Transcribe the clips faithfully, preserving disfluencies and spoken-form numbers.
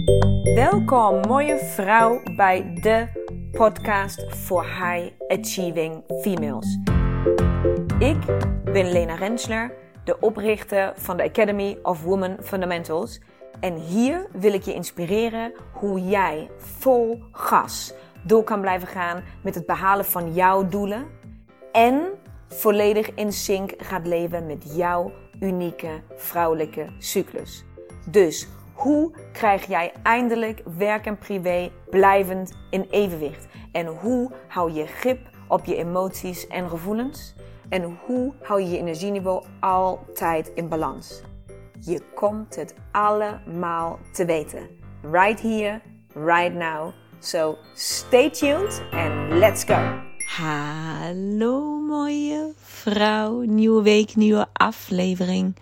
Welkom mooie vrouw bij de podcast voor High Achieving Females. Ik ben Lena Rensler, de oprichter van de Academy of Women Fundamentals. En hier wil ik je inspireren hoe jij vol gas door kan blijven gaan met het behalen van jouw doelen. En volledig in sync gaat leven met jouw unieke vrouwelijke cyclus. Dus hoe krijg jij eindelijk werk en privé blijvend in evenwicht? En hoe hou je grip op je emoties en gevoelens? En hoe hou je je energieniveau altijd in balans? Je komt het allemaal te weten. Right here, right now. So stay tuned and let's go. Hallo mooie vrouw. Nieuwe week, nieuwe aflevering.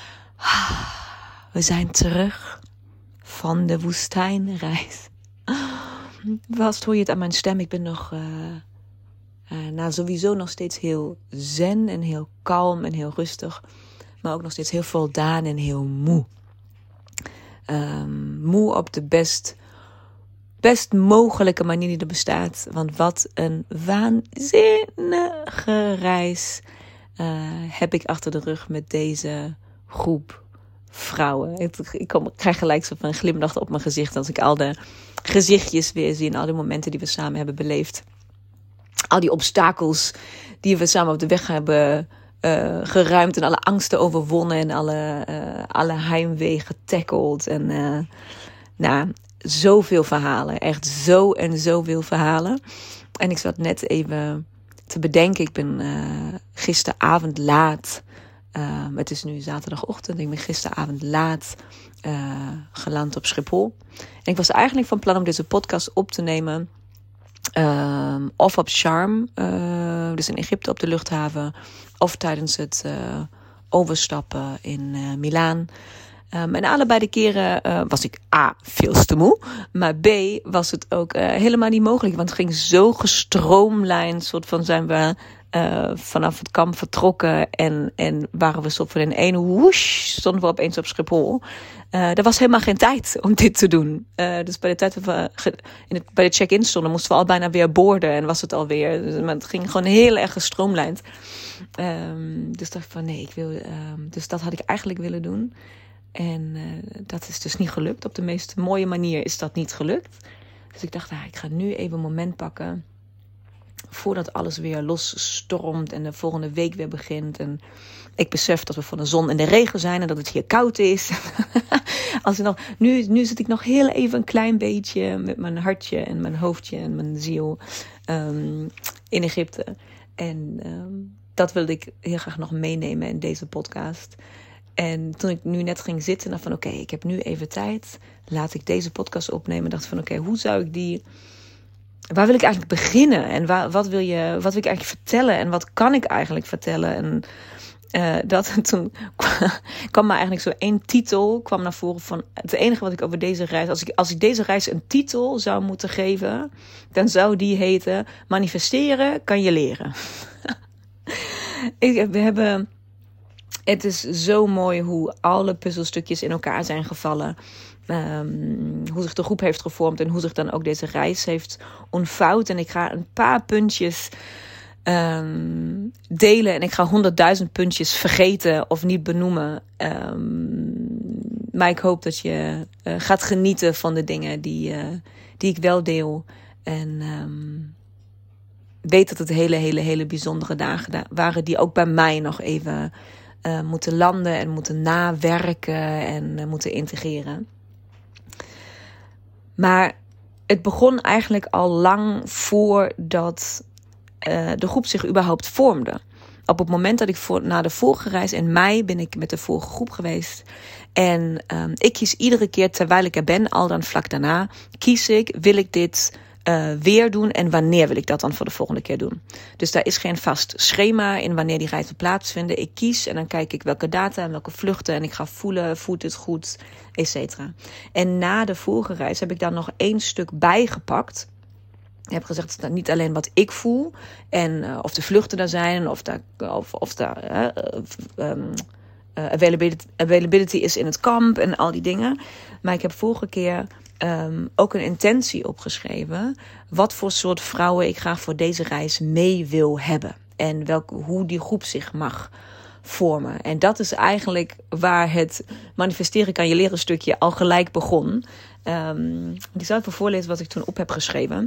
We zijn terug van de woestijnreis. Vast hoor je het aan mijn stem. Ik ben nog uh, uh, nou, sowieso nog steeds heel zen en heel kalm en heel rustig. Maar ook nog steeds heel voldaan en heel moe. Um, moe op de best, best mogelijke manier die er bestaat. Want wat een waanzinnige reis uh, heb ik achter de rug met deze groep vrouwen. Ik, ik, kom, ik krijg gelijk zo van een glimlach op mijn gezicht als ik al de gezichtjes weer zie en al die momenten die we samen hebben beleefd. Al die obstakels die we samen op de weg hebben uh, geruimd en alle angsten overwonnen en alle, uh, alle heimwee getackled. En uh, nou, zoveel verhalen. Echt zo en zoveel verhalen. En ik zat net even te bedenken. Ik ben uh, gisteravond laat Uh, het is nu zaterdagochtend. Ik ben gisteravond laat uh, geland op Schiphol. En ik was eigenlijk van plan om deze podcast op te nemen. Uh, of op Sharm, uh, dus in Egypte op de luchthaven. Of tijdens het uh, overstappen in uh, Milaan. Um, en allebei de keren uh, was ik A, veel te moe. Maar B, was het ook uh, helemaal niet mogelijk. Want het ging zo gestroomlijnd. Soort van zijn we uh, vanaf het kamp vertrokken. En, en waren we soort van in één woesh, stonden we opeens op Schiphol. Uh, er was helemaal geen tijd om dit te doen. Uh, dus bij de tijd dat we ge- in het, bij de check-in stonden, moesten we al bijna weer boarden. En was het alweer. Dus, maar het ging gewoon heel erg gestroomlijnd. Um, dus dacht ik van nee, ik wil. Um, dus dat had ik eigenlijk willen doen. En uh, dat is dus niet gelukt. Op de meest mooie manier is dat niet gelukt. Dus ik dacht, ah, ik ga nu even een moment pakken. Voordat alles weer losstormt en de volgende week weer begint. En ik besef dat we van de zon en de regen zijn en dat het hier koud is. Als ik nog, nu, nu zit ik nog heel even een klein beetje met mijn hartje en mijn hoofdje en mijn ziel um, in Egypte. En um, dat wilde ik heel graag nog meenemen in deze podcast. En toen ik nu net ging zitten, dacht van oké, okay, ik heb nu even tijd. Laat ik deze podcast opnemen. Dacht van oké, okay, hoe zou ik die... Waar wil ik eigenlijk beginnen? En waar, wat, wil je, wat wil ik eigenlijk vertellen? En wat kan ik eigenlijk vertellen? En uh, dat, en toen kwam maar eigenlijk zo één titel kwam naar voren van... Het enige wat ik over deze reis... Als ik, als ik deze reis een titel zou moeten geven... Dan zou die heten... Manifesteren kan je leren. ik, we hebben... Het is zo mooi hoe alle puzzelstukjes in elkaar zijn gevallen. Um, hoe zich de groep heeft gevormd en hoe zich dan ook deze reis heeft ontvouwd. En ik ga een paar puntjes um, delen en ik ga honderdduizend puntjes vergeten of niet benoemen. Um, maar ik hoop dat je uh, gaat genieten van de dingen die, uh, die ik wel deel. En um, weet dat het hele, hele, hele bijzondere dagen waren die ook bij mij nog even... Uh, moeten landen en moeten nawerken en uh, moeten integreren. Maar het begon eigenlijk al lang voordat uh, de groep zich überhaupt vormde. Op het moment dat ik voor, na de vorige reis in mei ben ik met de vorige groep geweest. En um, ik kies iedere keer terwijl ik er ben, al dan vlak daarna, kies ik, wil ik dit... Uh, weer doen en wanneer wil ik dat dan voor de volgende keer doen. Dus daar is geen vast schema in wanneer die reizen plaatsvinden. Ik kies en dan kijk ik welke data en welke vluchten en ik ga voelen, voelt het goed, et cetera. En na de vorige reis heb ik daar nog één stuk bijgepakt. Ik heb gezegd, het is niet alleen wat ik voel en uh, of de vluchten daar zijn of daar, of, of daar uh, um, uh, availability, availability is in het kamp en al die dingen. Maar ik heb vorige keer um, ook een intentie opgeschreven. Wat voor soort vrouwen ik graag voor deze reis mee wil hebben. En welke, hoe die groep zich mag vormen. En dat is eigenlijk waar het manifesteren kan je leren stukje al gelijk begon. Um, ik zal even voorlezen wat ik toen op heb geschreven.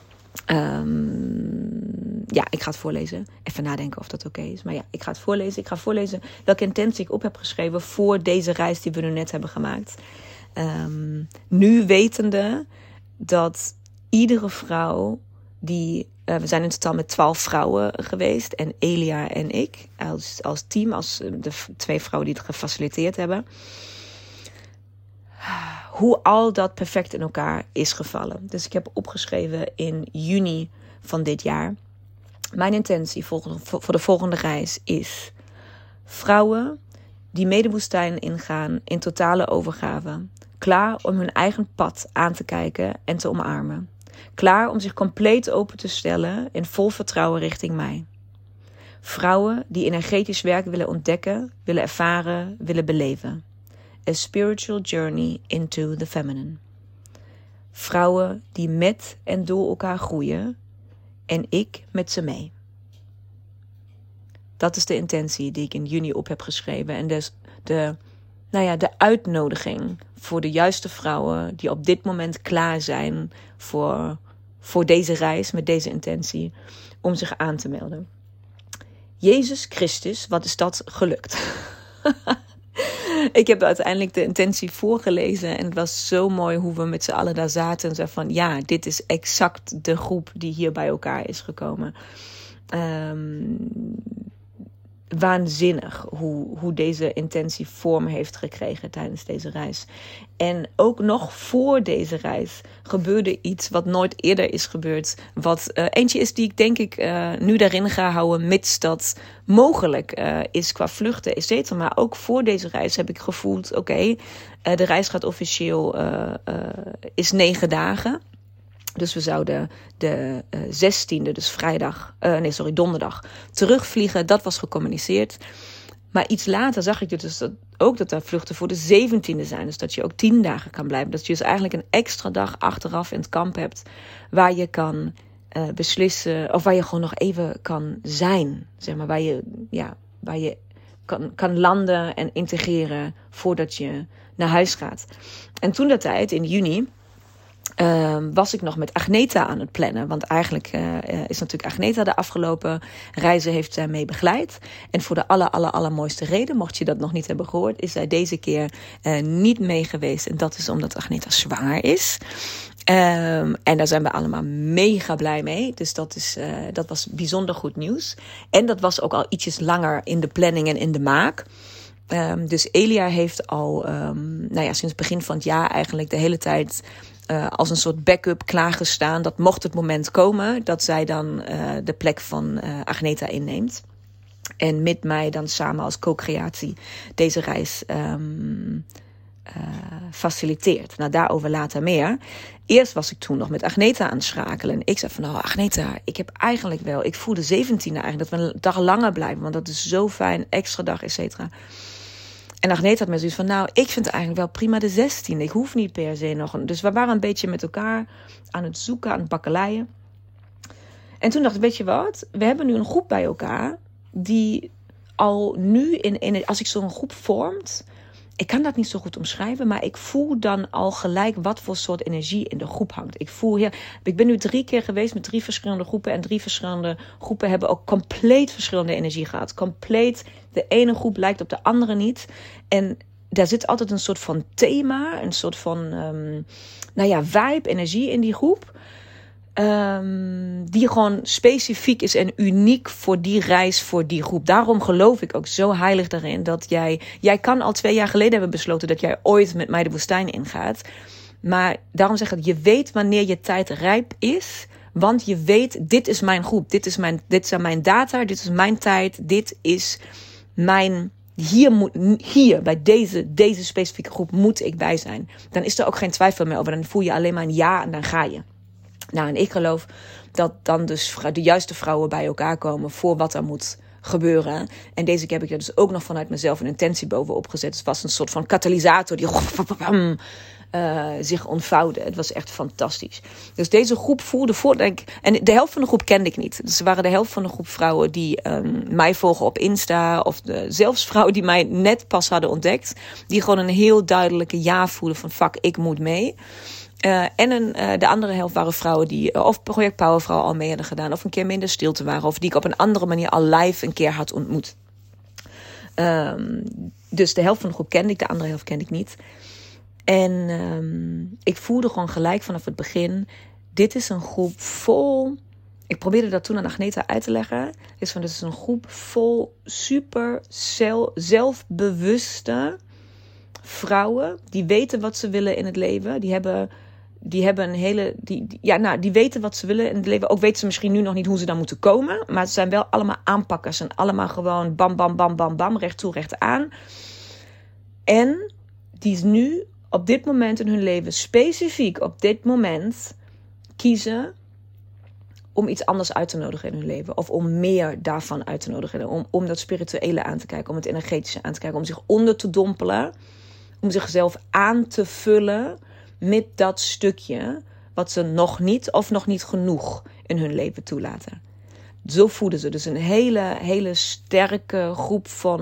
Um, ja, ik ga het voorlezen. Even nadenken of dat oké okay is. Maar ja, ik ga het voorlezen. Ik ga voorlezen welke intentie ik op heb geschreven voor deze reis die we nu net hebben gemaakt. Um, nu wetende dat iedere vrouw die... Uh, we zijn in totaal met twaalf vrouwen geweest. En Elia en ik als, als team, als de twee vrouwen die het gefaciliteerd hebben. Hoe al dat perfect in elkaar is gevallen. Dus ik heb opgeschreven in juni van dit jaar. Mijn intentie voor, voor de volgende reis is... vrouwen die mee de woestijn ingaan in totale overgave. Klaar om hun eigen pad aan te kijken en te omarmen. Klaar om zich compleet open te stellen in vol vertrouwen richting mij. Vrouwen die energetisch werk willen ontdekken, willen ervaren, willen beleven. A spiritual journey into the feminine. Vrouwen die met en door elkaar groeien en ik met ze mee. Dat is de intentie die ik in juni op heb geschreven. En dus de, nou ja, de uitnodiging voor de juiste vrouwen die op dit moment klaar zijn voor, voor deze reis met deze intentie om zich aan te melden. Jezus Christus, wat is dat gelukt? Ik heb uiteindelijk de intentie voorgelezen en het was zo mooi hoe we met z'n allen daar zaten en zeiden van ja, dit is exact de groep die hier bij elkaar is gekomen. Um, waanzinnig hoe, hoe deze intentie vorm heeft gekregen tijdens deze reis. En ook nog voor deze reis gebeurde iets wat nooit eerder is gebeurd. Wat uh, eentje is die ik denk ik uh, nu daarin ga houden, mits dat mogelijk uh, is qua vluchten, et cetera. Maar ook voor deze reis heb ik gevoeld, oké, okay, uh, de reis gaat officieel, uh, uh, is negen dagen. Dus we zouden de uh, zestiende, dus vrijdag, uh, nee sorry, donderdag, terugvliegen. Dat was gecommuniceerd. Maar iets later zag ik dus dat, ook dat er vluchten voor de zeventiende zijn. Dus dat je ook tien dagen kan blijven. Dat je dus eigenlijk een extra dag achteraf in het kamp hebt. Waar je kan uh, beslissen, of waar je gewoon nog even kan zijn. Zeg maar, waar je, ja, waar je kan, kan landen en integreren voordat je naar huis gaat. En toen dat tijd, in juni... Uh, was ik nog met Agneta aan het plannen. Want eigenlijk uh, is natuurlijk Agneta de afgelopen reizen heeft zij mee begeleid. En voor de aller, aller, allermooiste reden, mocht je dat nog niet hebben gehoord, is zij deze keer uh, niet mee geweest. En dat is omdat Agneta zwaar is. Um, en daar zijn we allemaal mega blij mee. Dus dat, is, uh, dat was bijzonder goed nieuws. En dat was ook al ietsjes langer in de planning en in de maak. Um, dus Elia heeft al, um, nou ja, sinds het begin van het jaar eigenlijk de hele tijd uh, als een soort backup klaargestaan. Dat mocht het moment komen dat zij dan uh, de plek van uh, Agneta inneemt. En met mij dan samen als co-creatie deze reis um, uh, faciliteert. Nou, daarover later meer. Eerst was ik toen nog met Agneta aan het schakelen. En ik zei van, nou Agneta, ik heb eigenlijk wel, ik voel de zeventiende eigenlijk, dat we een dag langer blijven. Want dat is zo fijn, extra dag, et cetera. En Agneta had me zoiets van, nou, ik vind eigenlijk wel prima de zestiende. Ik hoef niet per se nog een... Dus we waren een beetje met elkaar aan het zoeken, aan het bakkeleien. En toen dacht ik, weet je wat? We hebben nu een groep bij elkaar die al nu, in, in als ik zo'n groep vormt... Ik kan dat niet zo goed omschrijven, maar ik voel dan al gelijk wat voor soort energie in de groep hangt. Ik voel hier, ik ben nu drie keer geweest met drie verschillende groepen. En drie verschillende groepen hebben ook compleet verschillende energie gehad. Compleet, de ene groep lijkt op de andere niet. En daar zit altijd een soort van thema, een soort van, um, nou ja, vibe, energie in die groep. Um, die gewoon specifiek is en uniek voor die reis, voor die groep. Daarom geloof ik ook zo heilig daarin dat jij... Jij kan al twee jaar geleden hebben besloten dat jij ooit met mij de woestijn ingaat. Maar daarom zeg ik, je weet wanneer je tijd rijp is. Want je weet, dit is mijn groep. Dit, is mijn, dit zijn mijn data, dit is mijn tijd. Dit is mijn... Hier, moet, hier bij deze, deze specifieke groep moet ik bij zijn. Dan is er ook geen twijfel meer over. Dan voel je alleen maar een ja en dan ga je. Nou, en ik geloof dat dan dus de juiste vrouwen bij elkaar komen voor wat er moet gebeuren. En deze keer heb ik er dus ook nog vanuit mezelf een intentie bovenop gezet. Dus het was een soort van katalysator die uh, zich ontvouwden. Het was echt fantastisch. Dus deze groep voelde voor... En de helft van de groep kende ik niet. Dus er waren de helft van de groep vrouwen die um, mij volgen op Insta. Of de, zelfs vrouwen die mij net pas hadden ontdekt. Die gewoon een heel duidelijke ja voelden van fuck, ik moet mee. Uh, en een, uh, de andere helft waren vrouwen die uh, of Project Powervrouw al mee hadden gedaan. Of een keer minder stilte waren. Of die ik op een andere manier al live een keer had ontmoet. Um, dus de helft van de groep kende ik. De andere helft kende ik niet. En um, ik voelde gewoon gelijk vanaf het begin. Dit is een groep vol... Ik probeerde dat toen aan Agneta uit te leggen. Dus van, dit is een groep vol super zelf, zelfbewuste vrouwen. Die weten wat ze willen in het leven. Die hebben... Die hebben een hele. Die, die, ja, nou, die weten wat ze willen in het leven. Ook weten ze misschien nu nog niet hoe ze daar moeten komen. Maar ze zijn wel allemaal aanpakkers. En allemaal gewoon bam, bam, bam, bam, bam. Recht toe, recht aan. En die nu op dit moment in hun leven, specifiek op dit moment, kiezen om iets anders uit te nodigen in hun leven. Of om meer daarvan uit te nodigen. Om, om dat spirituele aan te kijken. Om het energetische aan te kijken. Om zich onder te dompelen. Om zichzelf aan te vullen met dat stukje wat ze nog niet of nog niet genoeg in hun leven toelaten. Zo voeden ze dus een hele, hele sterke groep van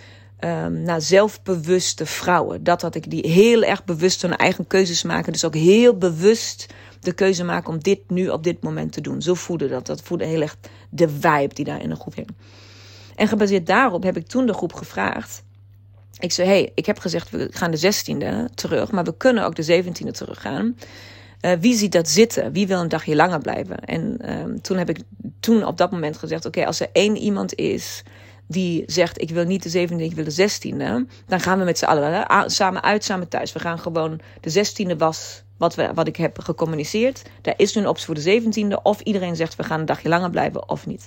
um, nou, zelfbewuste vrouwen. Dat had ik, die heel erg bewust hun eigen keuzes maken. Dus ook heel bewust de keuze maken om dit nu op dit moment te doen. Zo voelde dat. Dat voelde heel erg de vibe die daar in de groep hing. En gebaseerd daarop heb ik toen de groep gevraagd. Ik zei, hey, ik heb gezegd, we gaan de zestiende terug, maar we kunnen ook de zeventiende teruggaan. Uh, wie ziet dat zitten? Wie wil een dagje langer blijven? En um, toen heb ik toen op dat moment gezegd, oké, okay, als er één iemand is die zegt, ik wil niet de zeventiende, ik wil de zestiende, dan gaan we met z'n allen uh, samen uit, samen thuis. We gaan gewoon, de zestiende was wat, we, wat ik heb gecommuniceerd. Daar is nu een optie voor de zeventiende. Of iedereen zegt, we gaan een dagje langer blijven of niet.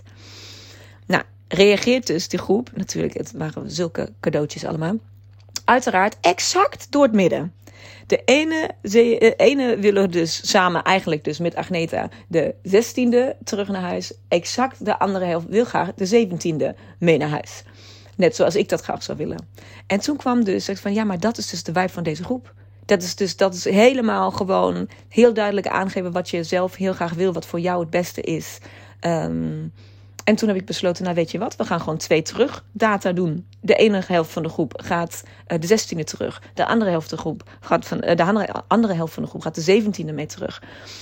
Nou, reageert dus die groep, natuurlijk, het waren zulke cadeautjes allemaal, uiteraard exact door het midden. De ene, de ene willen dus samen eigenlijk dus met Agneta de zestiende terug naar huis. Exact de andere helft wil graag de zeventiende mee naar huis. Net zoals ik dat graag zou willen. En toen kwam dus van, ja, maar dat is dus de vibe van deze groep. Dat is dus dat is helemaal gewoon heel duidelijk aangeven wat je zelf heel graag wil, wat voor jou het beste is. Um, En toen heb ik besloten, nou weet je wat, we gaan gewoon twee terug data doen. De ene helft van de groep gaat uh, de zestiende terug. De andere helft van de groep gaat van uh, de andere, andere helft van de groep gaat de zeventiende mee terug.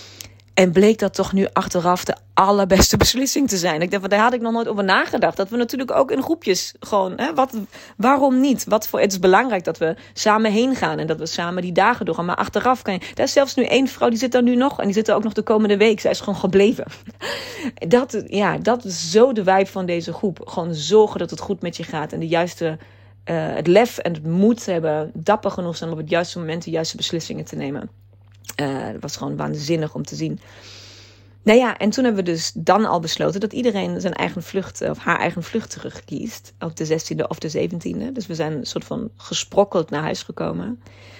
En bleek dat toch nu achteraf de allerbeste beslissing te zijn. Ik dacht, daar had ik nog nooit over nagedacht. Dat we natuurlijk ook in groepjes gewoon, hè, wat, waarom niet? Wat voor, het is belangrijk dat we samen heen gaan en dat we samen die dagen doorgaan. Maar achteraf kan je, daar is zelfs nu één vrouw, die zit daar nu nog en die zit er ook nog de komende week. Zij is gewoon gebleven. Dat, ja, dat is zo de vibe van deze groep. Gewoon zorgen dat het goed met je gaat en de juiste, uh, het lef en het moed hebben, dapper genoeg zijn om op het juiste moment de juiste beslissingen te nemen. Uh, dat was gewoon waanzinnig om te zien. Nou ja, en toen hebben we dus dan al besloten dat iedereen zijn eigen vlucht, of haar eigen vlucht terugkiest. Op de zestiende of de zeventiende. Dus we zijn een soort van gesprokkeld naar huis gekomen.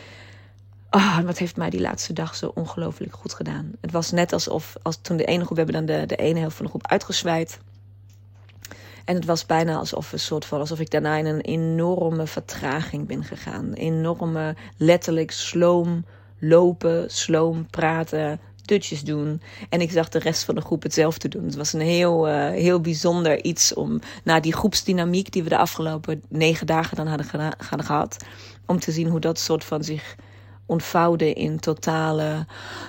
Oh, wat heeft mij die laatste dag zo ongelooflijk goed gedaan. Het was net alsof, als toen de ene groep, we hebben dan de, de ene helft van de groep uitgezwaaid. En het was bijna alsof, een soort van, alsof ik daarna in een enorme vertraging ben gegaan. Enorme, letterlijk sloom lopen, sloom praten, dutjes doen. En ik zag de rest van de groep hetzelfde doen. Het was een heel, uh, heel bijzonder iets om, na die groepsdynamiek die we de afgelopen negen dagen dan hadden, gena- hadden gehad, om te zien hoe dat soort van zich ontvouwde in totale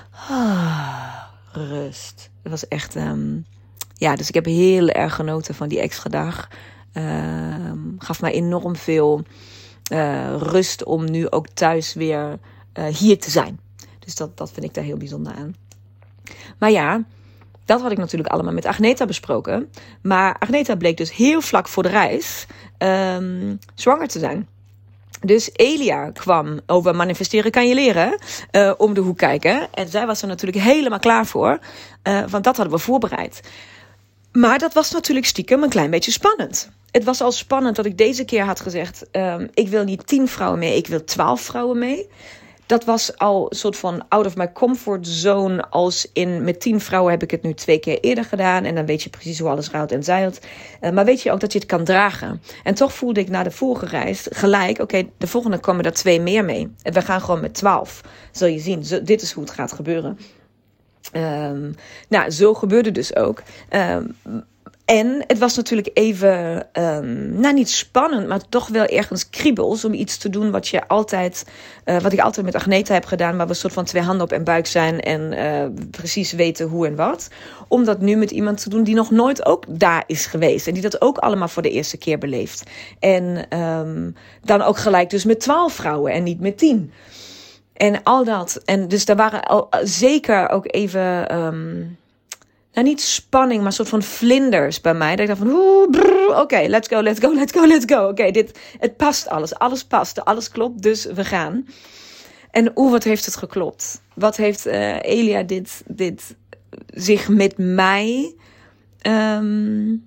ah, rust. Het was echt, um, ja, dus ik heb heel erg genoten van die extra dag. Uh, gaf mij enorm veel uh, rust om nu ook thuis weer Uh, hier te zijn. Dus dat, dat vind ik daar heel bijzonder aan. Maar ja, dat had ik natuurlijk allemaal met Agneta besproken. Maar Agneta bleek dus heel vlak voor de reis um, zwanger te zijn. Dus Elia kwam over manifesteren kan je leren uh, om de hoek kijken. En zij was er natuurlijk helemaal klaar voor. Uh, want dat hadden we voorbereid. Maar dat was natuurlijk stiekem een klein beetje spannend. Het was al spannend dat ik deze keer had gezegd, um, ik wil niet tien vrouwen mee, ik wil twaalf vrouwen mee. dat was al een soort van out of my comfort zone. Als in met tien vrouwen heb ik het nu twee keer eerder gedaan. En dan weet je precies hoe alles ruilt en zeilt. Uh, maar weet je ook dat je het kan dragen. En toch voelde ik na de vorige reis gelijk. Oké, okay, de volgende komen er twee meer mee. En we gaan gewoon met twaalf. Zul je zien. Zo, dit is hoe het gaat gebeuren. Um, nou, zo gebeurde dus ook. Um, En het was natuurlijk even, um, nou niet spannend, maar toch wel ergens kriebels om iets te doen wat je altijd, uh, wat ik altijd met Agneta heb gedaan, waar we een soort van twee handen op en buik zijn en uh, precies weten hoe en wat. Om dat nu met iemand te doen die nog nooit ook daar is geweest en die dat ook allemaal voor de eerste keer beleeft. En um, dan ook gelijk dus met twaalf vrouwen en niet met tien. En al dat. En dus daar waren al, zeker ook even... Um, Nou, niet spanning, maar een soort van vlinders bij mij. Dat ik dacht van, oké, okay, let's go, let's go, let's go, let's go. Oké, okay, dit, het past alles. Alles past, alles klopt, dus we gaan. En oeh, wat heeft het geklopt. Wat heeft uh, Elia dit, dit zich met mij... Um,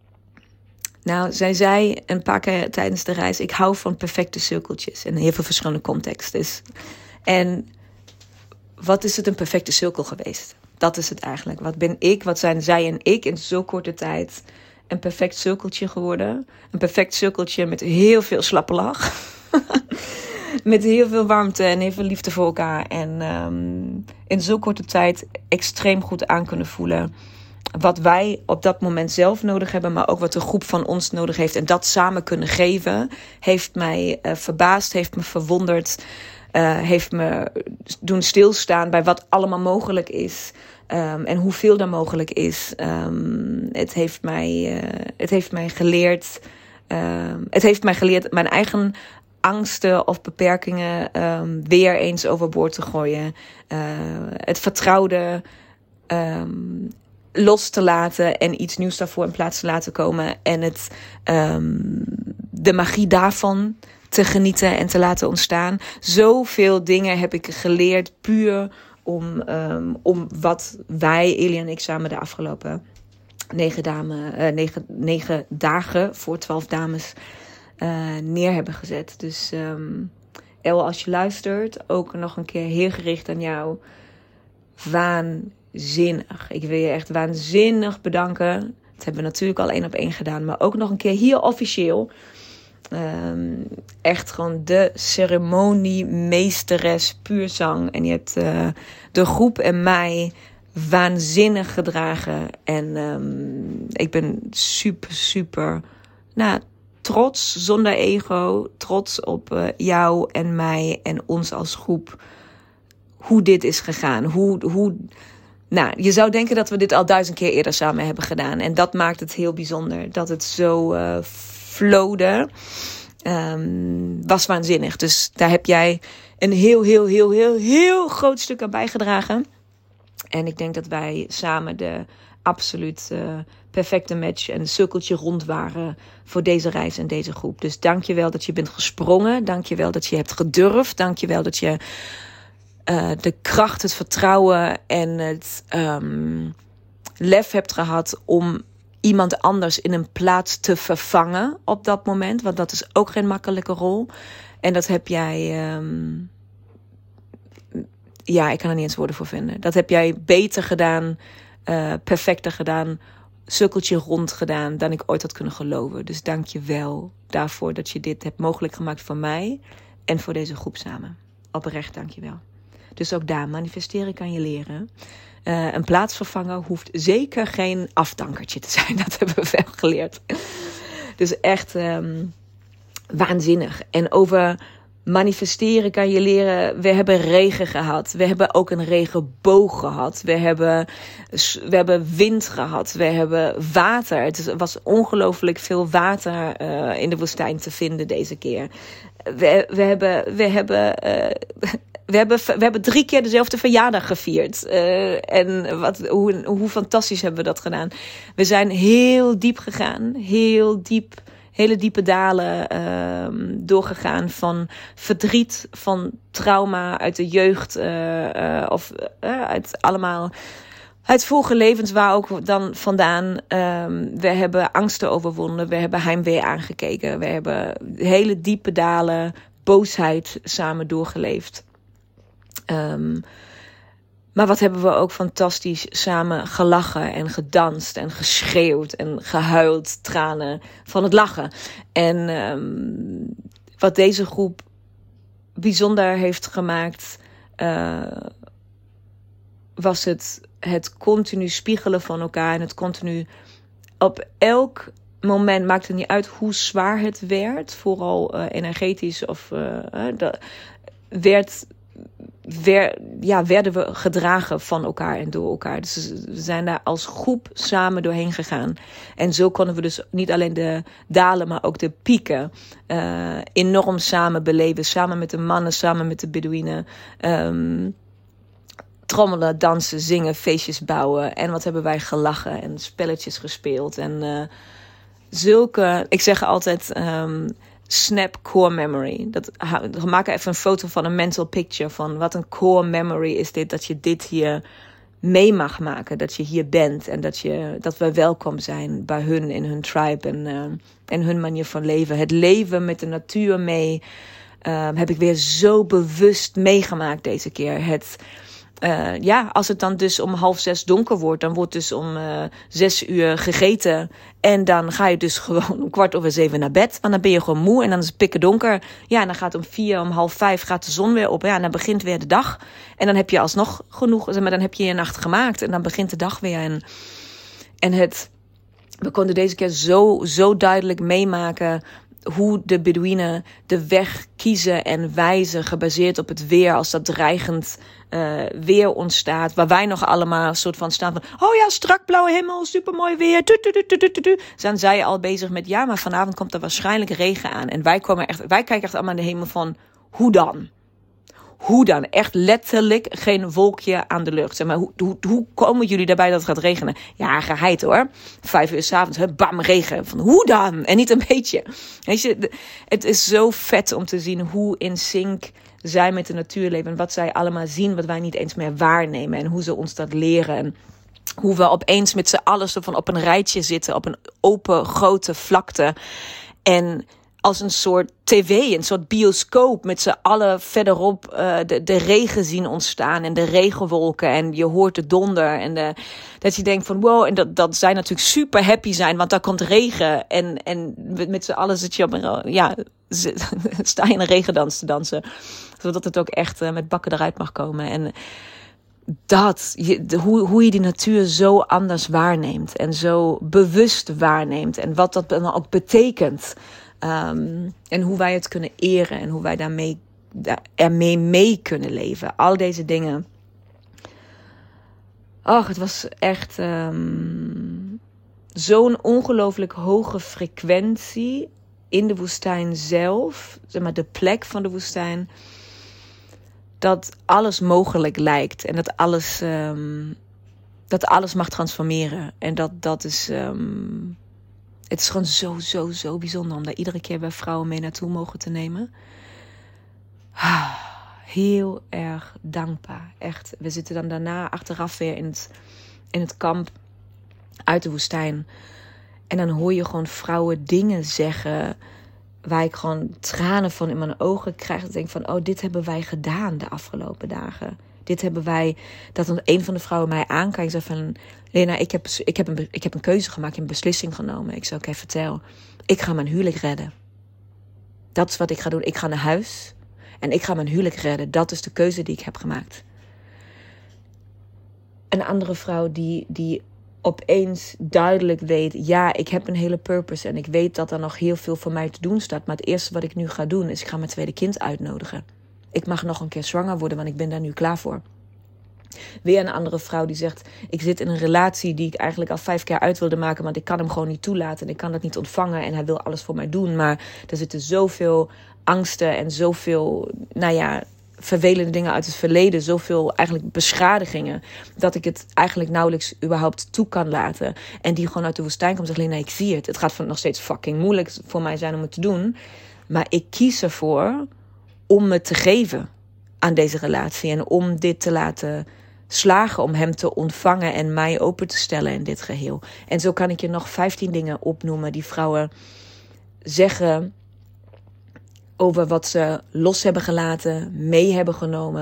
nou, zij zei een paar keer tijdens de reis... ik hou van perfecte cirkeltjes. En heel veel verschillende contexten. En wat is het een perfecte cirkel geweest? Dat is het eigenlijk. Wat ben ik, wat zijn zij en ik in zo'n korte tijd een perfect cirkeltje geworden. Een perfect cirkeltje met heel veel slappe lach. Met heel veel warmte en heel veel liefde voor elkaar. En um, in zo'n korte tijd extreem goed aan kunnen voelen. Wat wij op dat moment zelf nodig hebben, maar ook wat de groep van ons nodig heeft. En dat samen kunnen geven, heeft mij uh, verbaasd, heeft me verwonderd. Uh, heeft me doen stilstaan bij wat allemaal mogelijk is. Um, en hoeveel er mogelijk is. Um, het, heeft mij, uh, het heeft mij geleerd. Um, het heeft mij geleerd mijn eigen angsten of beperkingen um, weer eens overboord te gooien. Uh, het vertrouwde um, los te laten en iets nieuws daarvoor in plaats te laten komen. En het, um, de magie daarvan te genieten en te laten ontstaan. Zoveel dingen heb ik geleerd puur om, um, om wat wij, Elia en ik, samen de afgelopen negen, dame, uh, negen, negen dagen voor twaalf dames uh, neer hebben gezet. Dus um, El, als je luistert, ook nog een keer heel gericht aan jou. Waanzinnig. Ik wil je echt waanzinnig bedanken. Dat hebben we natuurlijk al één op één gedaan, maar ook nog een keer hier officieel. Um, echt gewoon de ceremoniemeesteres puur zang. En je hebt uh, de groep en mij waanzinnig gedragen. En um, ik ben super, super nou, trots, zonder ego. Trots op uh, jou en mij en ons als groep. Hoe dit is gegaan. Hoe, hoe, nou, je zou denken dat we dit al duizend keer eerder samen hebben gedaan. En dat maakt het heel bijzonder. Dat het zo... Uh, flowde, um, was waanzinnig. Dus daar heb jij een heel, heel, heel, heel, heel groot stuk aan bijgedragen. En ik denk dat wij samen de absoluut uh, perfecte match en een cirkeltje rond waren voor deze reis en deze groep. Dus dank je wel dat je bent gesprongen. Dank je wel dat je hebt gedurfd. Dank je wel dat je uh, de kracht, het vertrouwen en het um, lef hebt gehad om iemand anders in een plaats te vervangen op dat moment. Want dat is ook geen makkelijke rol. En dat heb jij... Um, ja, ik kan er niet eens woorden voor vinden. Dat heb jij beter gedaan, uh, perfecter gedaan, cirkeltje rond gedaan dan ik ooit had kunnen geloven. Dus dank je wel daarvoor dat je dit hebt mogelijk gemaakt voor mij en voor deze groep samen. Oprecht dank je wel. Dus ook daar, manifesteren kan je leren. Uh, een plaatsvervanger hoeft zeker geen afdankertje te zijn. Dat hebben we wel geleerd. Dus echt um, waanzinnig. En over manifesteren kan je leren. We hebben regen gehad. We hebben ook een regenboog gehad. We hebben, we hebben wind gehad. We hebben water. Het was ongelooflijk veel water uh, in de woestijn te vinden deze keer. We, we hebben... We hebben uh, We hebben, we hebben drie keer dezelfde verjaardag gevierd. Uh, en wat, hoe, hoe fantastisch hebben we dat gedaan. We zijn heel diep gegaan. Heel diep, hele diepe dalen uh, doorgegaan. Van verdriet, van trauma uit de jeugd. Uh, uh, of uh, uit allemaal... Uit vorige levens waar ook dan vandaan. Um, we hebben angsten overwonnen. We hebben heimwee aangekeken. We hebben hele diepe dalen, boosheid samen doorgeleefd. Um, maar wat hebben we ook fantastisch samen gelachen en gedanst en geschreeuwd en gehuild, tranen van het lachen. En um, wat deze groep bijzonder heeft gemaakt, uh, was het, het continu spiegelen van elkaar en het continu op elk moment, maakt het niet uit hoe zwaar het werd, vooral uh, energetisch of uh, uh, de, werd, werd, ja, werden we gedragen van elkaar en door elkaar. Dus we zijn daar als groep samen doorheen gegaan. En zo konden we dus niet alleen de dalen, maar ook de pieken uh, enorm samen beleven. Samen met de mannen, samen met de Bedouinen. Um, trommelen, dansen, zingen, feestjes bouwen. En wat hebben wij gelachen en spelletjes gespeeld. En uh, zulke, ik zeg altijd, um, snap core memory. Dat, we maken even een foto van een mental picture van wat een core memory is dit, dat je dit hier mee mag maken, dat je hier bent en dat, je, dat we welkom zijn bij hun in hun tribe en, uh, en hun manier van leven. Het leven met de natuur mee uh, heb ik weer zo bewust meegemaakt deze keer. Het Uh, ja, als het dan dus om half zes donker wordt, dan wordt dus om uh, zes uur gegeten. En dan ga je dus gewoon om kwart over zeven naar bed. Want dan ben je gewoon moe en dan is het pikken donker. Ja, en dan gaat om vier, om half vijf gaat de zon weer op. Ja, en dan begint weer de dag. En dan heb je alsnog genoeg, maar dan heb je je nacht gemaakt. En dan begint de dag weer. En, en het, we konden deze keer zo, zo duidelijk meemaken hoe de Bedouinen de weg kiezen en wijzen, gebaseerd op het weer, als dat dreigend uh, weer ontstaat, waar wij nog allemaal een soort van staan van, oh ja, strak blauwe hemel, supermooi weer, tu, tu, tu, tu, tu, tu. Zijn zij al bezig met, ja, maar vanavond komt er waarschijnlijk regen aan. En wij komen echt, wij kijken echt allemaal naar de hemel van, hoe dan? Hoe dan? Echt letterlijk geen wolkje aan de lucht. Zeg maar, hoe, hoe, hoe komen jullie daarbij dat het gaat regenen? Ja, geheid hoor. Vijf uur 's avonds, hè, bam, regen. Van, hoe dan? En niet een beetje. Weet je, het is zo vet om te zien hoe in sync zij met de natuur leven. En wat zij allemaal zien, wat wij niet eens meer waarnemen. En hoe ze ons dat leren. En hoe we opeens met z'n allen zo van op een rijtje zitten. Op een open, grote vlakte. En als een soort tv, een soort bioscoop, met z'n allen verderop uh, de, de regen zien ontstaan en de regenwolken en je hoort de donder en de, dat je denkt van wow, en dat, dat zij natuurlijk super happy zijn, want daar komt regen en, en met z'n allen zit je op een, ja, sta je in een regendans te dansen, zodat het ook echt uh, met bakken eruit mag komen. En dat, je, de, hoe, hoe je die natuur zo anders waarneemt en zo bewust waarneemt en wat dat dan ook betekent. Um, en hoe wij het kunnen eren en hoe wij daarmee, daar, ermee mee kunnen leven. Al deze dingen. Ach, het was echt um, zo'n ongelooflijk hoge frequentie in de woestijn zelf. Zeg maar de plek van de woestijn. Dat alles mogelijk lijkt. En dat alles, um, dat alles mag transformeren. En dat, dat is... Um, Het is gewoon zo, zo, zo bijzonder om daar iedere keer bij vrouwen mee naartoe mogen te nemen. Heel erg dankbaar. Echt. We zitten dan daarna achteraf weer in het, in het kamp uit de woestijn. En dan hoor je gewoon vrouwen dingen zeggen waar ik gewoon tranen van in mijn ogen krijg. Ik denk van, oh, dit hebben wij gedaan de afgelopen dagen. Dit hebben wij, dat een van de vrouwen mij aankijkt en zei van, Lena, ik heb, ik, heb een, ik heb een keuze gemaakt, een beslissing genomen. Ik zei, oké, okay, vertel. Ik ga mijn huwelijk redden. Dat is wat ik ga doen. Ik ga naar huis en ik ga mijn huwelijk redden. Dat is de keuze die ik heb gemaakt. Een andere vrouw die, die opeens duidelijk weet, ja, ik heb een hele purpose en ik weet dat er nog heel veel voor mij te doen staat. Maar het eerste wat ik nu ga doen is, ik ga mijn tweede kind uitnodigen. Ik mag nog een keer zwanger worden, want ik ben daar nu klaar voor. Weer een andere vrouw die zegt, ik zit in een relatie die ik eigenlijk al vijf keer uit wilde maken, want ik kan hem gewoon niet toelaten en ik kan dat niet ontvangen en hij wil alles voor mij doen. Maar er zitten zoveel angsten en zoveel, nou ja, vervelende dingen uit het verleden, zoveel eigenlijk beschadigingen, dat ik het eigenlijk nauwelijks überhaupt toe kan laten. En die gewoon uit de woestijn komt en zegt, nee, ik zie het. Het gaat nog steeds fucking moeilijk voor mij zijn om het te doen, maar ik kies ervoor om me te geven aan deze relatie en om dit te laten slagen, om hem te ontvangen en mij open te stellen in dit geheel. En zo kan ik je nog vijftien dingen opnoemen die vrouwen zeggen over wat ze los hebben gelaten, mee hebben genomen,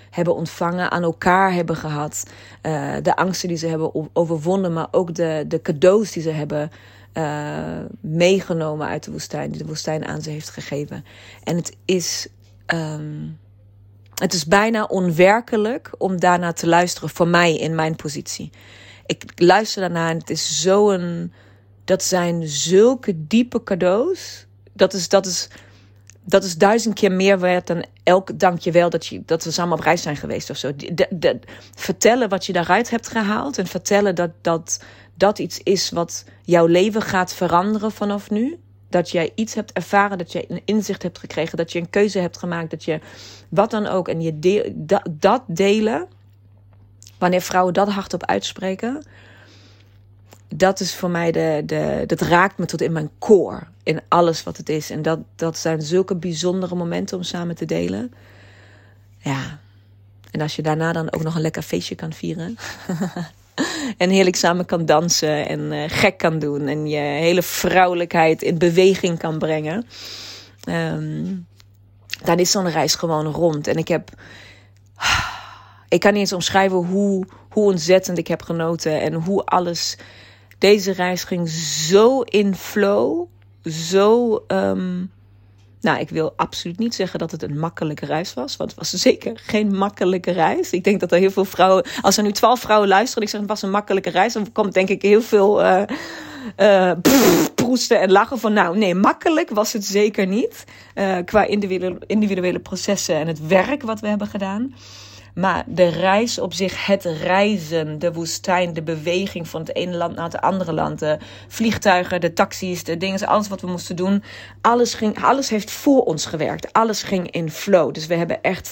hebben ontvangen, aan elkaar hebben gehad. Uh, de angsten die ze hebben overwonnen, maar ook de, de cadeaus die ze hebben uh, meegenomen uit de woestijn, die de woestijn aan ze heeft gegeven. En het is, um, het is bijna onwerkelijk om daarna te luisteren, voor mij in mijn positie. Ik luister daarna en het is zo'n, dat zijn zulke diepe cadeaus. Dat is, dat is, dat is duizend keer meer waard dan elk dankjewel dat, je, dat we samen op reis zijn geweest of zo. De, de, vertellen wat je daaruit hebt gehaald en vertellen dat, dat dat iets is wat jouw leven gaat veranderen vanaf nu. Dat jij iets hebt ervaren, dat je een inzicht hebt gekregen, dat je een keuze hebt gemaakt, dat je wat dan ook. En je deel, dat, dat delen, wanneer vrouwen dat hardop uitspreken, dat is voor mij, de, de, dat raakt me tot in mijn core, in alles wat het is. En dat, dat zijn zulke bijzondere momenten om samen te delen. Ja, en als je daarna dan ook nog een lekker feestje kan vieren. En heerlijk samen kan dansen en uh, gek kan doen. En je hele vrouwelijkheid in beweging kan brengen. Um, dan is zo'n reis gewoon rond. En ik heb... Ik kan niet eens omschrijven hoe, hoe ontzettend ik heb genoten. En hoe alles... Deze reis ging zo in flow. Zo... Um, nou, ik wil absoluut niet zeggen dat het een makkelijke reis was. Want het was zeker geen makkelijke reis. Ik denk dat er heel veel vrouwen... Als er nu twaalf vrouwen luisteren en ik zeg het was een makkelijke reis... dan komt denk ik heel veel uh, uh, pff, proesten en lachen van... Nou, nee, makkelijk was het zeker niet. Uh, qua individuele, individuele processen en het werk wat we hebben gedaan. Maar de reis op zich, het reizen, de woestijn, de beweging van het ene land naar het andere land. De vliegtuigen, de taxis, de dingen, alles wat we moesten doen. Alles, ging, alles heeft voor ons gewerkt. Alles ging in flow. Dus we hebben echt...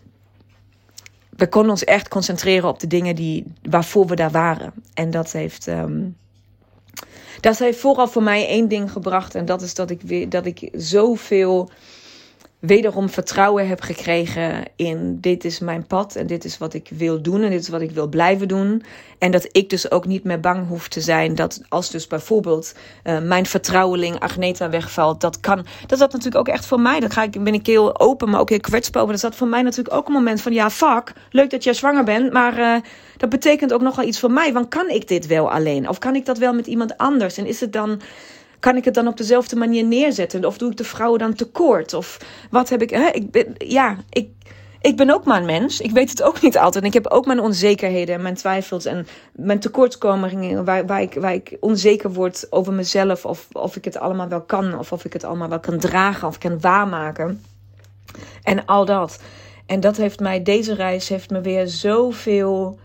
We konden ons echt concentreren op de dingen die, waarvoor we daar waren. En dat heeft... Um, dat heeft vooral voor mij één ding gebracht. En dat is dat ik, weer, dat ik zoveel... wederom vertrouwen heb gekregen in dit is mijn pad en dit is wat ik wil doen en dit is wat ik wil blijven doen. En dat ik dus ook niet meer bang hoef te zijn dat als dus bijvoorbeeld uh, mijn vertrouweling Agneta wegvalt, dat kan. Dat zat natuurlijk ook echt voor mij. Dat ga ik, ben ik heel open, maar ook heel kwetsbaar over. Dat zat voor mij natuurlijk ook een moment van ja, fuck, leuk dat jij zwanger bent, maar uh, dat betekent ook nogal iets voor mij. Want kan ik dit wel alleen? Of kan ik dat wel met iemand anders? En is het dan... Kan ik het dan op dezelfde manier neerzetten? Of doe ik de vrouwen dan tekort? Of wat heb ik... Hè? ik ben, ja, ik, ik ben ook maar een mens. Ik weet het ook niet altijd. En ik heb ook mijn onzekerheden en mijn twijfels. En mijn tekortkomingen waar, waar, ik, waar ik onzeker word over mezelf. Of, of ik het allemaal wel kan. Of of ik het allemaal wel kan dragen. Of kan waarmaken. En al dat. En dat heeft mij... Deze reis heeft me weer zoveel...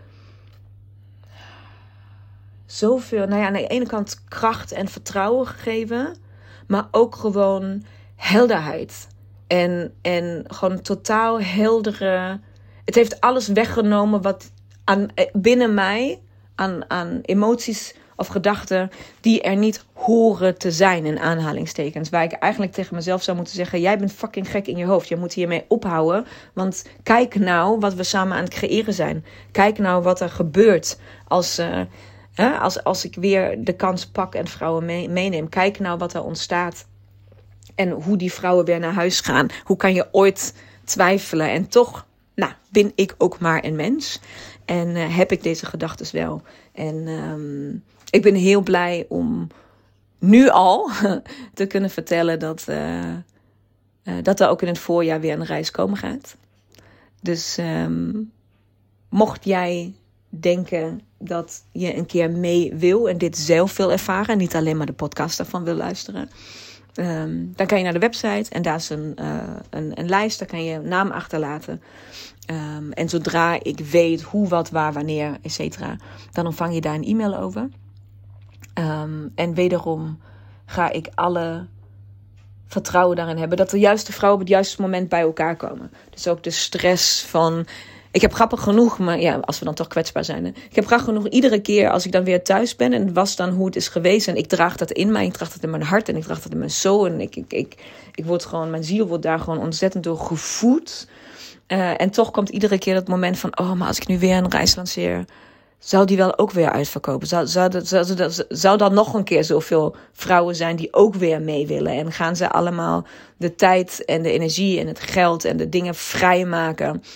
Zoveel, nou ja, aan de ene kant kracht en vertrouwen gegeven. Maar ook gewoon helderheid. En, en gewoon totaal heldere... Het heeft alles weggenomen wat aan, binnen mij... Aan, aan emoties of gedachten... die er niet horen te zijn in aanhalingstekens. Waar ik eigenlijk tegen mezelf zou moeten zeggen... Jij bent fucking gek in je hoofd. Je moet hiermee ophouden. Want kijk nou wat we samen aan het creëren zijn. Kijk nou wat er gebeurt als... Uh, He, als, als ik weer de kans pak en vrouwen mee, meeneem. Kijk nou wat er ontstaat. En hoe die vrouwen weer naar huis gaan. Hoe kan je ooit twijfelen? En toch nou, ben ik ook maar een mens. En uh, heb ik deze gedachtes wel. En um, ik ben heel blij om nu al te kunnen vertellen... Dat, uh, uh, dat er ook in het voorjaar weer een reis komen gaat. Dus um, mocht jij... denken dat je een keer mee wil en dit zelf wil ervaren en niet alleen maar de podcast daarvan wil luisteren, um, dan kan je naar de website en daar is een, uh, een, een lijst, daar kan je naam achterlaten. Um, en zodra ik weet hoe, wat, waar, wanneer, et cetera, dan ontvang je daar een e-mail over. Um, en wederom ga ik alle vertrouwen daarin hebben dat de juiste vrouwen op het juiste moment bij elkaar komen. Dus ook de stress van... Ik heb grappig genoeg, maar ja, als we dan toch kwetsbaar zijn. Hè? Ik heb grappig genoeg iedere keer als ik dan weer thuis ben. En het was dan hoe het is geweest. En ik draag dat in mij. Ik draag dat in mijn hart. En ik draag dat in mijn ziel. En ik, ik, ik, ik word gewoon, mijn ziel wordt daar gewoon ontzettend door gevoed. Uh, en toch komt iedere keer dat moment van... Oh, maar als ik nu weer een reis lanceer... Zou die wel ook weer uitverkopen? Zou, zou, zou, zou, zou dan nog een keer zoveel vrouwen zijn die ook weer mee willen? En gaan ze allemaal de tijd en de energie en het geld en de dingen vrijmaken...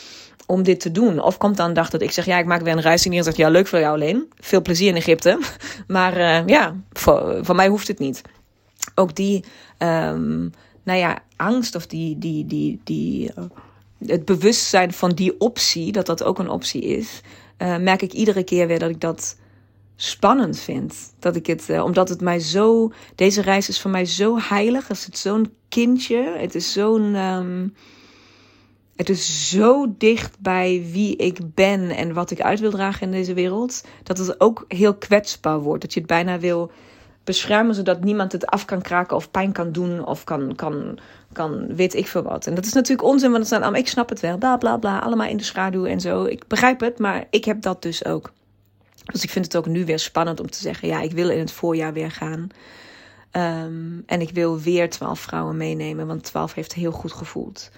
om dit te doen. Of komt dan een dag dat ik zeg, ja, ik maak weer een reis en zeg, ja, leuk voor jou alleen. Veel plezier in Egypte. Maar uh, ja, voor, voor mij hoeft het niet. Ook die, um, nou ja, angst of die, die, die, die, uh, het bewustzijn van die optie, dat dat ook een optie is, uh, merk ik iedere keer weer dat ik dat spannend vind. Dat ik het, uh, omdat het mij zo, deze reis is voor mij zo heilig. Het is zo'n kindje. Het is zo'n, um, het is zo dicht bij wie ik ben en wat ik uit wil dragen in deze wereld, dat het ook heel kwetsbaar wordt. Dat je het bijna wil beschermen, zodat niemand het af kan kraken of pijn kan doen of kan, kan, kan weet ik veel wat. En dat is natuurlijk onzin, want het zijn allemaal, ik snap het wel, bla bla bla, allemaal in de schaduw en zo. Ik begrijp het, maar ik heb dat dus ook. Dus ik vind het ook nu weer spannend om te zeggen, ja, ik wil in het voorjaar weer gaan. Um, en ik wil weer twaalf vrouwen meenemen, want twaalf heeft heel goed gevoeld.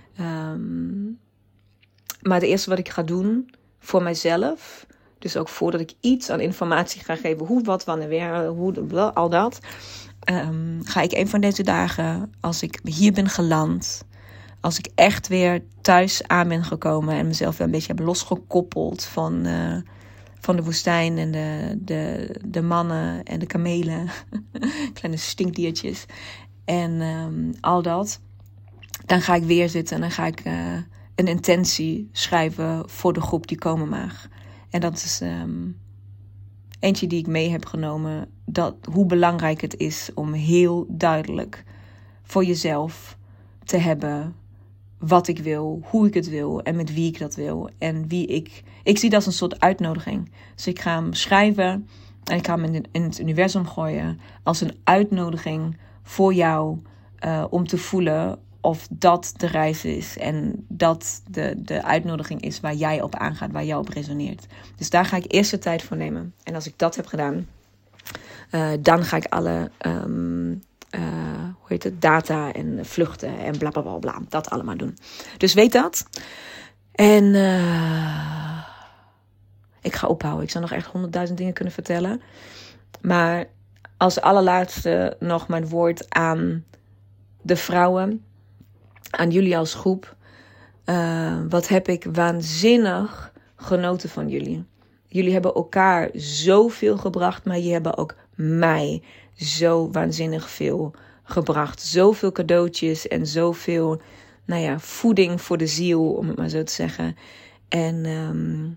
Um, maar het eerste wat ik ga doen voor mijzelf, dus ook voordat ik iets aan informatie ga geven, hoe, wat, wanneer, weer, hoe, al dat, um, ga ik een van deze dagen, als ik hier ben geland, als ik echt weer thuis aan ben gekomen en mezelf weer een beetje heb losgekoppeld van, uh, van de woestijn en de, de, de mannen en de kamelen, kleine stinkdiertjes en um, al dat, dan ga ik weer zitten en dan ga ik uh, een intentie schrijven voor de groep die komen mag. En dat is um, eentje die ik mee heb genomen. Dat, hoe belangrijk het is om heel duidelijk voor jezelf te hebben wat ik wil, hoe ik het wil en met wie ik dat wil. En wie ik... Ik zie dat als een soort uitnodiging. Dus ik ga hem schrijven en ik ga hem in, in het universum gooien als een uitnodiging voor jou uh, om te voelen of dat de reis is en dat de, de uitnodiging is waar jij op aangaat, waar jij op resoneert. Dus daar ga ik eerst de tijd voor nemen. En als ik dat heb gedaan, uh, dan ga ik alle um, uh, hoe heet het, data en vluchten en bla bla bla bla, dat allemaal doen. Dus weet dat. En uh, ik ga ophouden. Ik zou nog echt honderdduizend dingen kunnen vertellen. Maar als allerlaatste nog mijn woord aan de vrouwen, aan jullie als groep. Uh, wat heb ik waanzinnig genoten van jullie. Jullie hebben elkaar zoveel gebracht, maar jullie hebben ook mij zo waanzinnig veel gebracht. Zoveel cadeautjes en zoveel, nou ja, voeding voor de ziel, om het maar zo te zeggen. En um,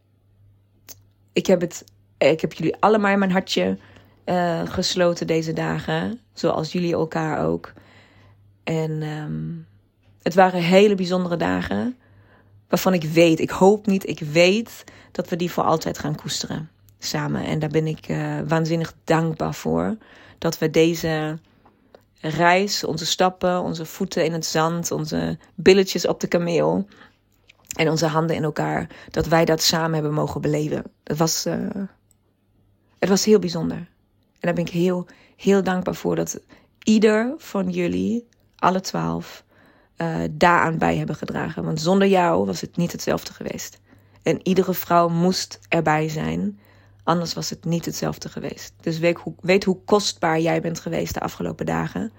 ik heb het, ik heb jullie allemaal in mijn hartje uh, gesloten deze dagen, zoals jullie elkaar ook. En um, het waren hele bijzondere dagen, waarvan ik weet, ik hoop niet, ik weet dat we die voor altijd gaan koesteren samen. En daar ben ik uh, waanzinnig dankbaar voor, dat we deze reis, onze stappen, onze voeten in het zand, onze billetjes op de kameel en onze handen in elkaar, dat wij dat samen hebben mogen beleven. Dat was, uh, het was heel bijzonder. En daar ben ik heel, heel dankbaar voor, dat ieder van jullie, alle twaalf, uh, daaraan bij hebben gedragen. Want zonder jou was het niet hetzelfde geweest. En iedere vrouw moest erbij zijn, anders was het niet hetzelfde geweest. Dus weet hoe, weet hoe kostbaar jij bent geweest de afgelopen dagen.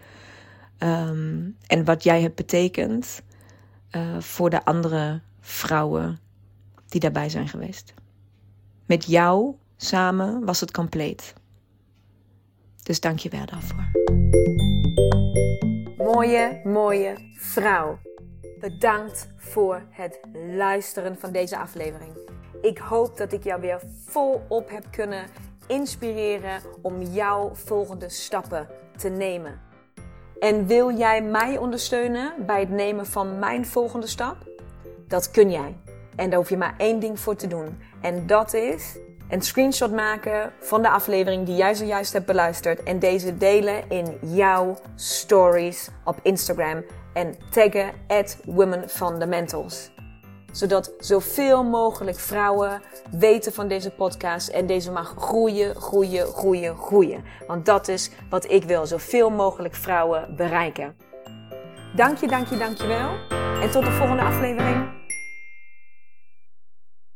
Um, en wat jij hebt betekend uh, voor de andere vrouwen die daarbij zijn geweest. Met jou samen was het compleet. Dus dank je wel daarvoor. Mooie, mooie vrouw. Bedankt voor het luisteren van deze aflevering. Ik hoop dat ik jou weer volop heb kunnen inspireren om jouw volgende stappen te nemen. En wil jij mij ondersteunen bij het nemen van mijn volgende stap? Dat kun jij. En daar hoef je maar één ding voor te doen. En dat is een screenshot maken van de aflevering die jij zojuist hebt beluisterd. En deze delen in jouw stories op Instagram. En taggen at Women Fundamentals. Zodat zoveel mogelijk vrouwen weten van deze podcast. En deze mag groeien, groeien, groeien, groeien. Want dat is wat ik wil. Zoveel mogelijk vrouwen bereiken. Dank je, dank je, dank je wel. En tot de volgende aflevering.